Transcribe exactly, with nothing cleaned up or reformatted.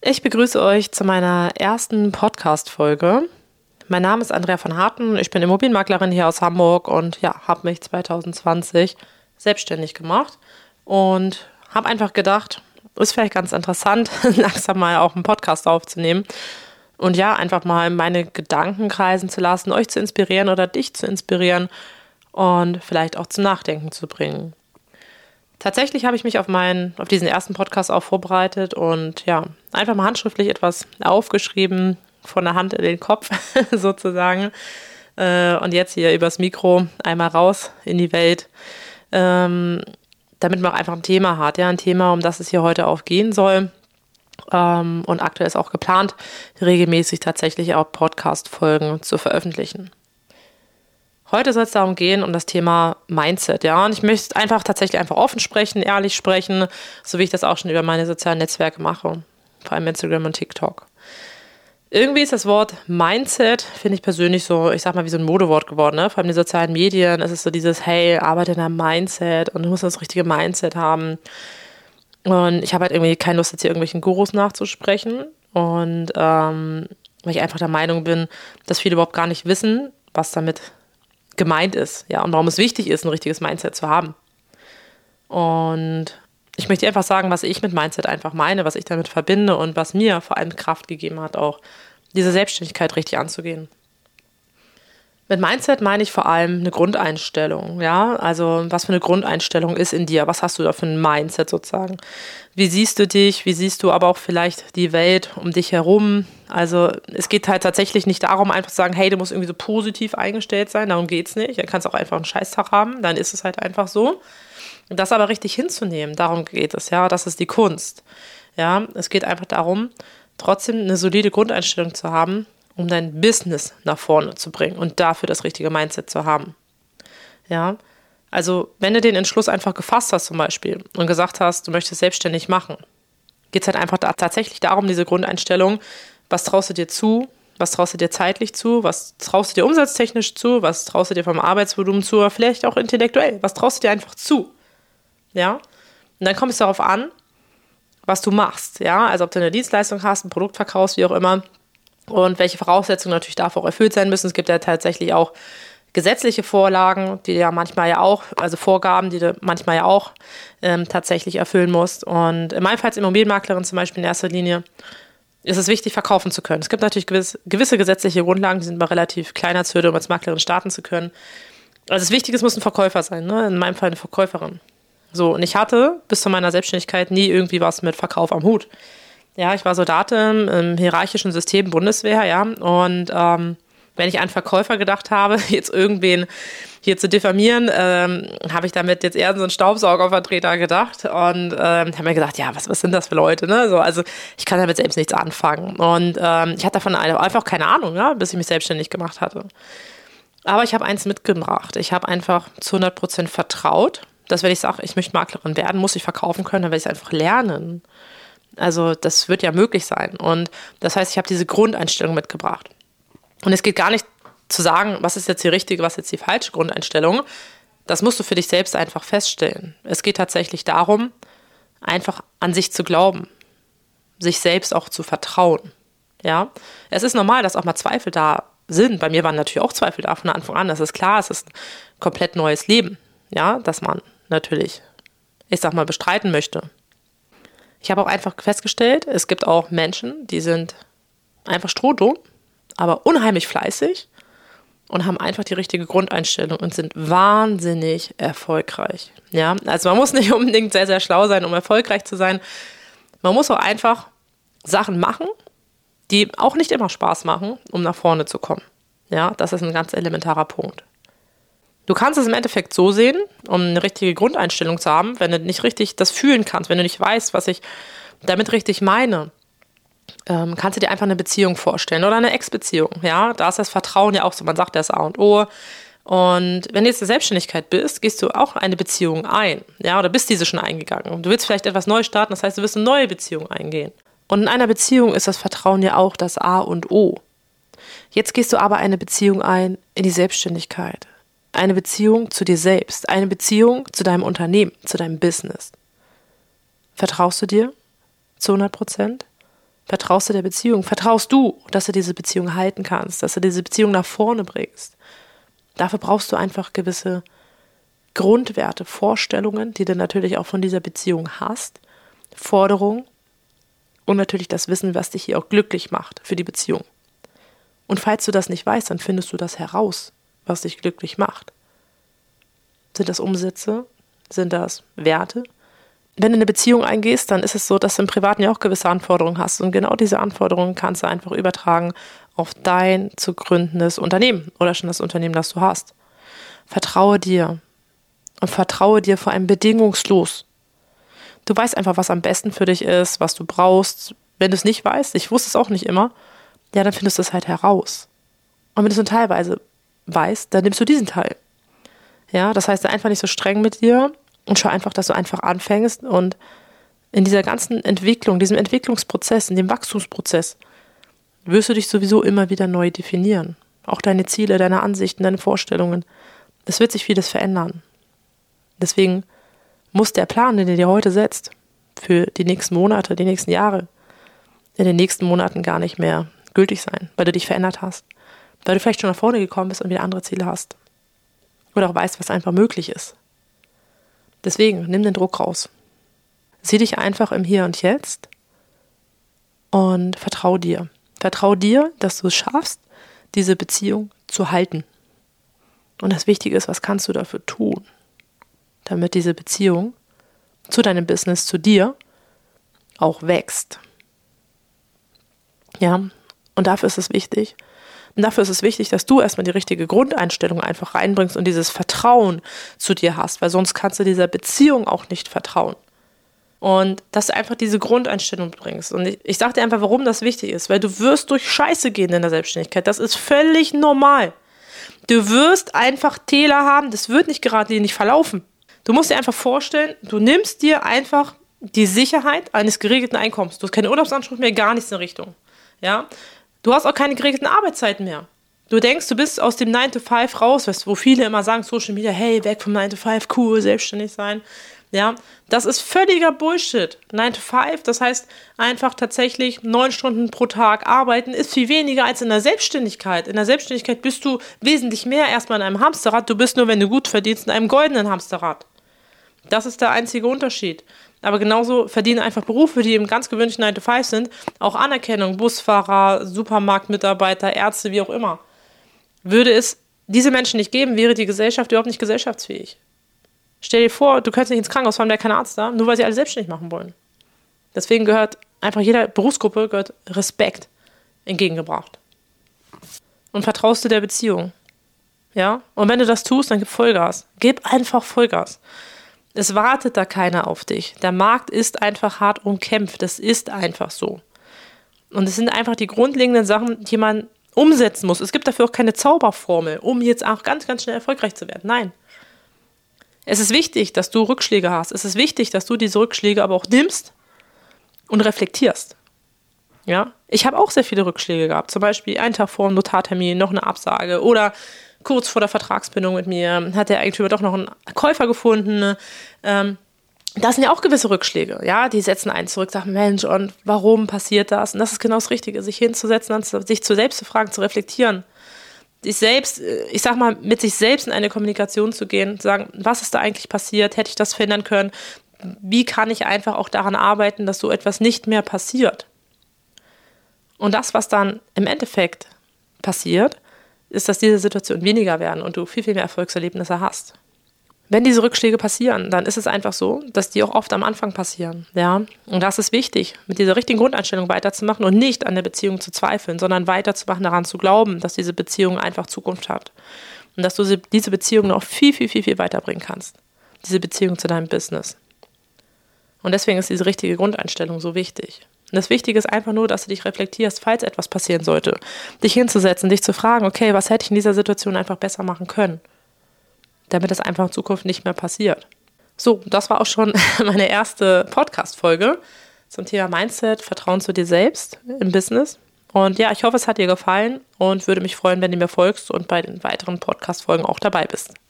Ich begrüße euch zu meiner ersten Podcast-Folge. Mein Name ist Andrea von Harten, ich bin Immobilienmaklerin hier aus Hamburg und ja, habe mich zwanzig zwanzig selbstständig gemacht und habe einfach gedacht, ist vielleicht ganz interessant, langsam mal auch einen Podcast aufzunehmen und ja, einfach mal meine Gedanken kreisen zu lassen, euch zu inspirieren oder dich zu inspirieren und vielleicht auch zum Nachdenken zu bringen. Tatsächlich habe ich mich auf meinen, auf diesen ersten Podcast auch vorbereitet und ja, einfach mal handschriftlich etwas aufgeschrieben, von der Hand in den Kopf sozusagen. Äh, und jetzt hier übers Mikro einmal raus in die Welt, ähm, damit man auch einfach ein Thema hat. Ja, ein Thema, um das es hier heute auch gehen soll. Ähm, und aktuell ist auch geplant, regelmäßig tatsächlich auch Podcast-Folgen zu veröffentlichen. Heute soll es darum gehen, um das Thema Mindset, ja. Und ich möchte einfach tatsächlich einfach offen sprechen, ehrlich sprechen, so wie ich das auch schon über meine sozialen Netzwerke mache, vor allem Instagram und TikTok. Irgendwie ist das Wort Mindset, finde ich persönlich so, ich sag mal, wie so ein Modewort geworden, ne? Vor allem in den sozialen Medien ist es so dieses, hey, arbeite in deinem Mindset und du musst das richtige Mindset haben. Und ich habe halt irgendwie keine Lust, jetzt hier irgendwelchen Gurus nachzusprechen. Und ähm, weil ich einfach der Meinung bin, dass viele überhaupt gar nicht wissen, was damit gemeint ist, ja, und warum es wichtig ist, ein richtiges Mindset zu haben. Und ich möchte einfach sagen, was ich mit Mindset einfach meine, was ich damit verbinde und was mir vor allem Kraft gegeben hat, auch diese Selbstständigkeit richtig anzugehen. Mit Mindset meine ich vor allem eine Grundeinstellung, ja, also was für eine Grundeinstellung ist in dir, was hast du da für ein Mindset sozusagen, wie siehst du dich, wie siehst du aber auch vielleicht die Welt um dich herum, also es geht halt tatsächlich nicht darum, einfach zu sagen, hey, du musst irgendwie so positiv eingestellt sein, darum geht's nicht, du kannst auch einfach einen Scheißtag haben, dann ist es halt einfach so, und das aber richtig hinzunehmen, darum geht es, ja, das ist die Kunst, ja, es geht einfach darum, trotzdem eine solide Grundeinstellung zu haben, um dein Business nach vorne zu bringen und dafür das richtige Mindset zu haben. Ja, also wenn du den Entschluss einfach gefasst hast zum Beispiel und gesagt hast, du möchtest selbstständig machen, geht es halt einfach da, tatsächlich darum, diese Grundeinstellung, was traust du dir zu, was traust du dir zeitlich zu, was traust du dir umsatztechnisch zu, was traust du dir vom Arbeitsvolumen zu, oder vielleicht auch intellektuell, was traust du dir einfach zu. Ja, und dann kommt es darauf an, was du machst. Ja, also ob du eine Dienstleistung hast, ein Produkt verkaufst, wie auch immer, und welche Voraussetzungen natürlich davor erfüllt sein müssen. Es gibt ja tatsächlich auch gesetzliche Vorlagen, die ja manchmal ja auch, also Vorgaben, die du manchmal ja auch ähm, tatsächlich erfüllen musst. Und in meinem Fall als Immobilienmaklerin zum Beispiel in erster Linie ist es wichtig, verkaufen zu können. Es gibt natürlich gewisse, gewisse gesetzliche Grundlagen, die sind aber relativ kleiner zu Hürde, um als Maklerin starten zu können. Also das Wichtige ist, es muss ein Verkäufer sein, ne? In meinem Fall eine Verkäuferin. So, und ich hatte bis zu meiner Selbstständigkeit nie irgendwie was mit Verkauf am Hut. Ja, ich war Soldatin im hierarchischen System Bundeswehr, ja, und ähm, wenn ich an Verkäufer gedacht habe, jetzt irgendwen hier zu diffamieren, ähm, habe ich damit jetzt eher an so einen Staubsaugervertreter gedacht und ähm, habe mir gedacht, ja, was, was sind das für Leute, ne, so, also ich kann damit selbst nichts anfangen und ähm, ich hatte davon einfach keine Ahnung, ja, bis ich mich selbstständig gemacht hatte. Aber ich habe eins mitgebracht, ich habe einfach zu hundert Prozent vertraut, dass wenn ich sage, ich möchte Maklerin werden, muss ich verkaufen können, dann werde ich es einfach lernen. Also das wird ja möglich sein. Und das heißt, ich habe diese Grundeinstellung mitgebracht. Und es geht gar nicht zu sagen, was ist jetzt die richtige, was ist jetzt die falsche Grundeinstellung. Das musst du für dich selbst einfach feststellen. Es geht tatsächlich darum, einfach an sich zu glauben, sich selbst auch zu vertrauen. Ja, es ist normal, dass auch mal Zweifel da sind. Bei mir waren natürlich auch Zweifel da von Anfang an. Das ist klar, es ist ein komplett neues Leben, ja, das man natürlich, ich sag mal, bestreiten möchte. Ich habe auch einfach festgestellt, es gibt auch Menschen, die sind einfach strohdumm, aber unheimlich fleißig und haben einfach die richtige Grundeinstellung und sind wahnsinnig erfolgreich. Ja, also man muss nicht unbedingt sehr, sehr schlau sein, um erfolgreich zu sein. Man muss auch einfach Sachen machen, die auch nicht immer Spaß machen, um nach vorne zu kommen. Ja, das ist ein ganz elementarer Punkt. Du kannst es im Endeffekt so sehen, um eine richtige Grundeinstellung zu haben, wenn du nicht richtig das fühlen kannst, wenn du nicht weißt, was ich damit richtig meine, ähm, kannst du dir einfach eine Beziehung vorstellen oder eine Ex-Beziehung. Ja, da ist das Vertrauen ja auch so, man sagt das A und O. Und wenn du jetzt in der Selbstständigkeit bist, gehst du auch eine Beziehung ein, ja, oder bist diese schon eingegangen. Du willst vielleicht etwas neu starten, das heißt, du wirst eine neue Beziehung eingehen. Und in einer Beziehung ist das Vertrauen ja auch das A und O. Jetzt gehst du aber eine Beziehung ein in die Selbstständigkeit. Eine Beziehung zu dir selbst, eine Beziehung zu deinem Unternehmen, zu deinem Business. Vertraust du dir zu hundert Prozent? Vertraust du der Beziehung? Vertraust du, dass du diese Beziehung halten kannst, dass du diese Beziehung nach vorne bringst? Dafür brauchst du einfach gewisse Grundwerte, Vorstellungen, die du natürlich auch von dieser Beziehung hast, Forderungen und natürlich das Wissen, was dich hier auch glücklich macht für die Beziehung. Und falls du das nicht weißt, dann findest du das heraus, was dich glücklich macht. Sind das Umsätze? Sind das Werte? Wenn du eine Beziehung eingehst, dann ist es so, dass du im Privaten ja auch gewisse Anforderungen hast. Und genau diese Anforderungen kannst du einfach übertragen auf dein zu gründendes Unternehmen oder schon das Unternehmen, das du hast. Vertraue dir und vertraue dir vor allem bedingungslos. Du weißt einfach, was am besten für dich ist, was du brauchst. Wenn du es nicht weißt, ich wusste es auch nicht immer, ja, dann findest du es halt heraus. Und wenn du es nur teilweise weißt, dann nimmst du diesen Teil. Ja, das heißt, sei einfach nicht so streng mit dir und schau einfach, dass du einfach anfängst und in dieser ganzen Entwicklung, diesem Entwicklungsprozess, in dem Wachstumsprozess, wirst du dich sowieso immer wieder neu definieren. Auch deine Ziele, deine Ansichten, deine Vorstellungen. Es wird sich vieles verändern. Deswegen muss der Plan, den du dir heute setzt, für die nächsten Monate, die nächsten Jahre, in den nächsten Monaten gar nicht mehr gültig sein, weil du dich verändert hast. Weil du vielleicht schon nach vorne gekommen bist und wieder andere Ziele hast. Oder auch weißt, was einfach möglich ist. Deswegen, nimm den Druck raus. Sieh dich einfach im Hier und Jetzt und vertrau dir. Vertrau dir, dass du es schaffst, diese Beziehung zu halten. Und das Wichtige ist, was kannst du dafür tun, damit diese Beziehung zu deinem Business, zu dir, auch wächst. Ja, und dafür ist es wichtig. Und dafür ist es wichtig, dass du erstmal die richtige Grundeinstellung einfach reinbringst und dieses Vertrauen zu dir hast, weil sonst kannst du dieser Beziehung auch nicht vertrauen. Und dass du einfach diese Grundeinstellung bringst. Und ich, ich sage dir einfach, warum das wichtig ist, weil du wirst durch Scheiße gehen in der Selbstständigkeit. Das ist völlig normal. Du wirst einfach Täler haben, das wird nicht geradlinig verlaufen. Du musst dir einfach vorstellen, du nimmst dir einfach die Sicherheit eines geregelten Einkommens. Du hast keine Urlaubsanspruch mehr, gar nichts in Richtung. Ja? Du hast auch keine geregelten Arbeitszeiten mehr. Du denkst, du bist aus dem nine to five raus, weißt, wo viele immer sagen, Social Media, hey, weg vom nine to five, cool, selbstständig sein. Ja, das ist völliger Bullshit. nine to five, das heißt einfach tatsächlich neun Stunden pro Tag arbeiten, ist viel weniger als in der Selbstständigkeit. In der Selbstständigkeit bist du wesentlich mehr erstmal in einem Hamsterrad. Du bist nur, wenn du gut verdienst, in einem goldenen Hamsterrad. Das ist der einzige Unterschied. Aber genauso verdienen einfach Berufe, die eben ganz gewöhnlich nine to five sind, auch Anerkennung, Busfahrer, Supermarktmitarbeiter, Ärzte, wie auch immer. Würde es diese Menschen nicht geben, wäre die Gesellschaft überhaupt nicht gesellschaftsfähig. Stell dir vor, du könntest nicht ins Krankenhaus fahren, wäre kein Arzt da, nur weil sie alle selbstständig machen wollen. Deswegen gehört einfach jeder Berufsgruppe gehört Respekt entgegengebracht. Und vertraust du der Beziehung. Ja? Und wenn du das tust, dann gib Vollgas. Gib einfach Vollgas. Es wartet da keiner auf dich. Der Markt ist einfach hart umkämpft. Das ist einfach so. Und es sind einfach die grundlegenden Sachen, die man umsetzen muss. Es gibt dafür auch keine Zauberformel, um jetzt auch ganz, ganz schnell erfolgreich zu werden. Nein. Es ist wichtig, dass du Rückschläge hast. Es ist wichtig, dass du diese Rückschläge aber auch nimmst und reflektierst. Ja? Ich habe auch sehr viele Rückschläge gehabt. Zum Beispiel einen Tag vor dem Notartermin noch eine Absage oder kurz vor der Vertragsbindung mit mir hat der Eigentümer doch noch einen Käufer gefunden. Ähm, das sind ja auch gewisse Rückschläge. Ja? Die setzen einen zurück, sagen, Mensch, und warum passiert das? Und das ist genau das Richtige, sich hinzusetzen und sich zu selbst zu fragen, zu reflektieren. Sich selbst, ich sag mal, mit sich selbst in eine Kommunikation zu gehen, zu sagen, was ist da eigentlich passiert, hätte ich das verhindern können, wie kann ich einfach auch daran arbeiten, dass so etwas nicht mehr passiert. Und das, was dann im Endeffekt passiert, ist, dass diese Situationen weniger werden und du viel, viel mehr Erfolgserlebnisse hast. Wenn diese Rückschläge passieren, dann ist es einfach so, dass die auch oft am Anfang passieren. Ja? Und das ist wichtig, mit dieser richtigen Grundeinstellung weiterzumachen und nicht an der Beziehung zu zweifeln, sondern weiterzumachen, daran zu glauben, dass diese Beziehung einfach Zukunft hat. Und dass du diese Beziehung noch viel, viel, viel, viel weiterbringen kannst. Diese Beziehung zu deinem Business. Und deswegen ist diese richtige Grundeinstellung so wichtig. Und das Wichtige ist einfach nur, dass du dich reflektierst, falls etwas passieren sollte. Dich hinzusetzen, dich zu fragen, okay, was hätte ich in dieser Situation einfach besser machen können? Damit das einfach in Zukunft nicht mehr passiert. So, das war auch schon meine erste Podcast-Folge zum Thema Mindset, Vertrauen zu dir selbst im Business. Und ja, ich hoffe, es hat dir gefallen und würde mich freuen, wenn du mir folgst und bei den weiteren Podcast-Folgen auch dabei bist.